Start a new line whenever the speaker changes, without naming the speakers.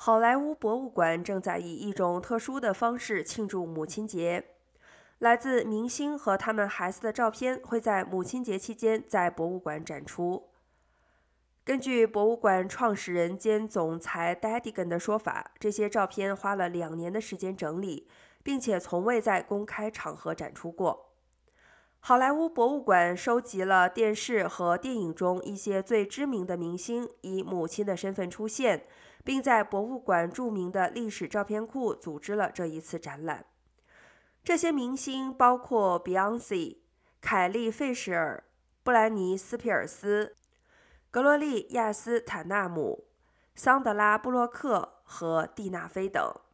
好莱坞博物馆正在以一种特殊的方式庆祝母亲节。来自明星和他们孩子的照片会在母亲节期间在博物馆展出。根据博物馆创始人兼总裁 Dadigan 的说法，这些照片花了2年的时间整理，并且从未在公开场合展出过。好莱坞博物馆收集了电视和电影中一些最知名的明星以母亲的身份出现，并在博物馆著名的历史照片库组织了这一次展览。这些明星包括 Beyoncé、凯莉·费舍尔、布兰妮·斯皮尔斯、格罗利亚斯·坦纳姆、桑德拉·布洛克和蒂娜·菲等。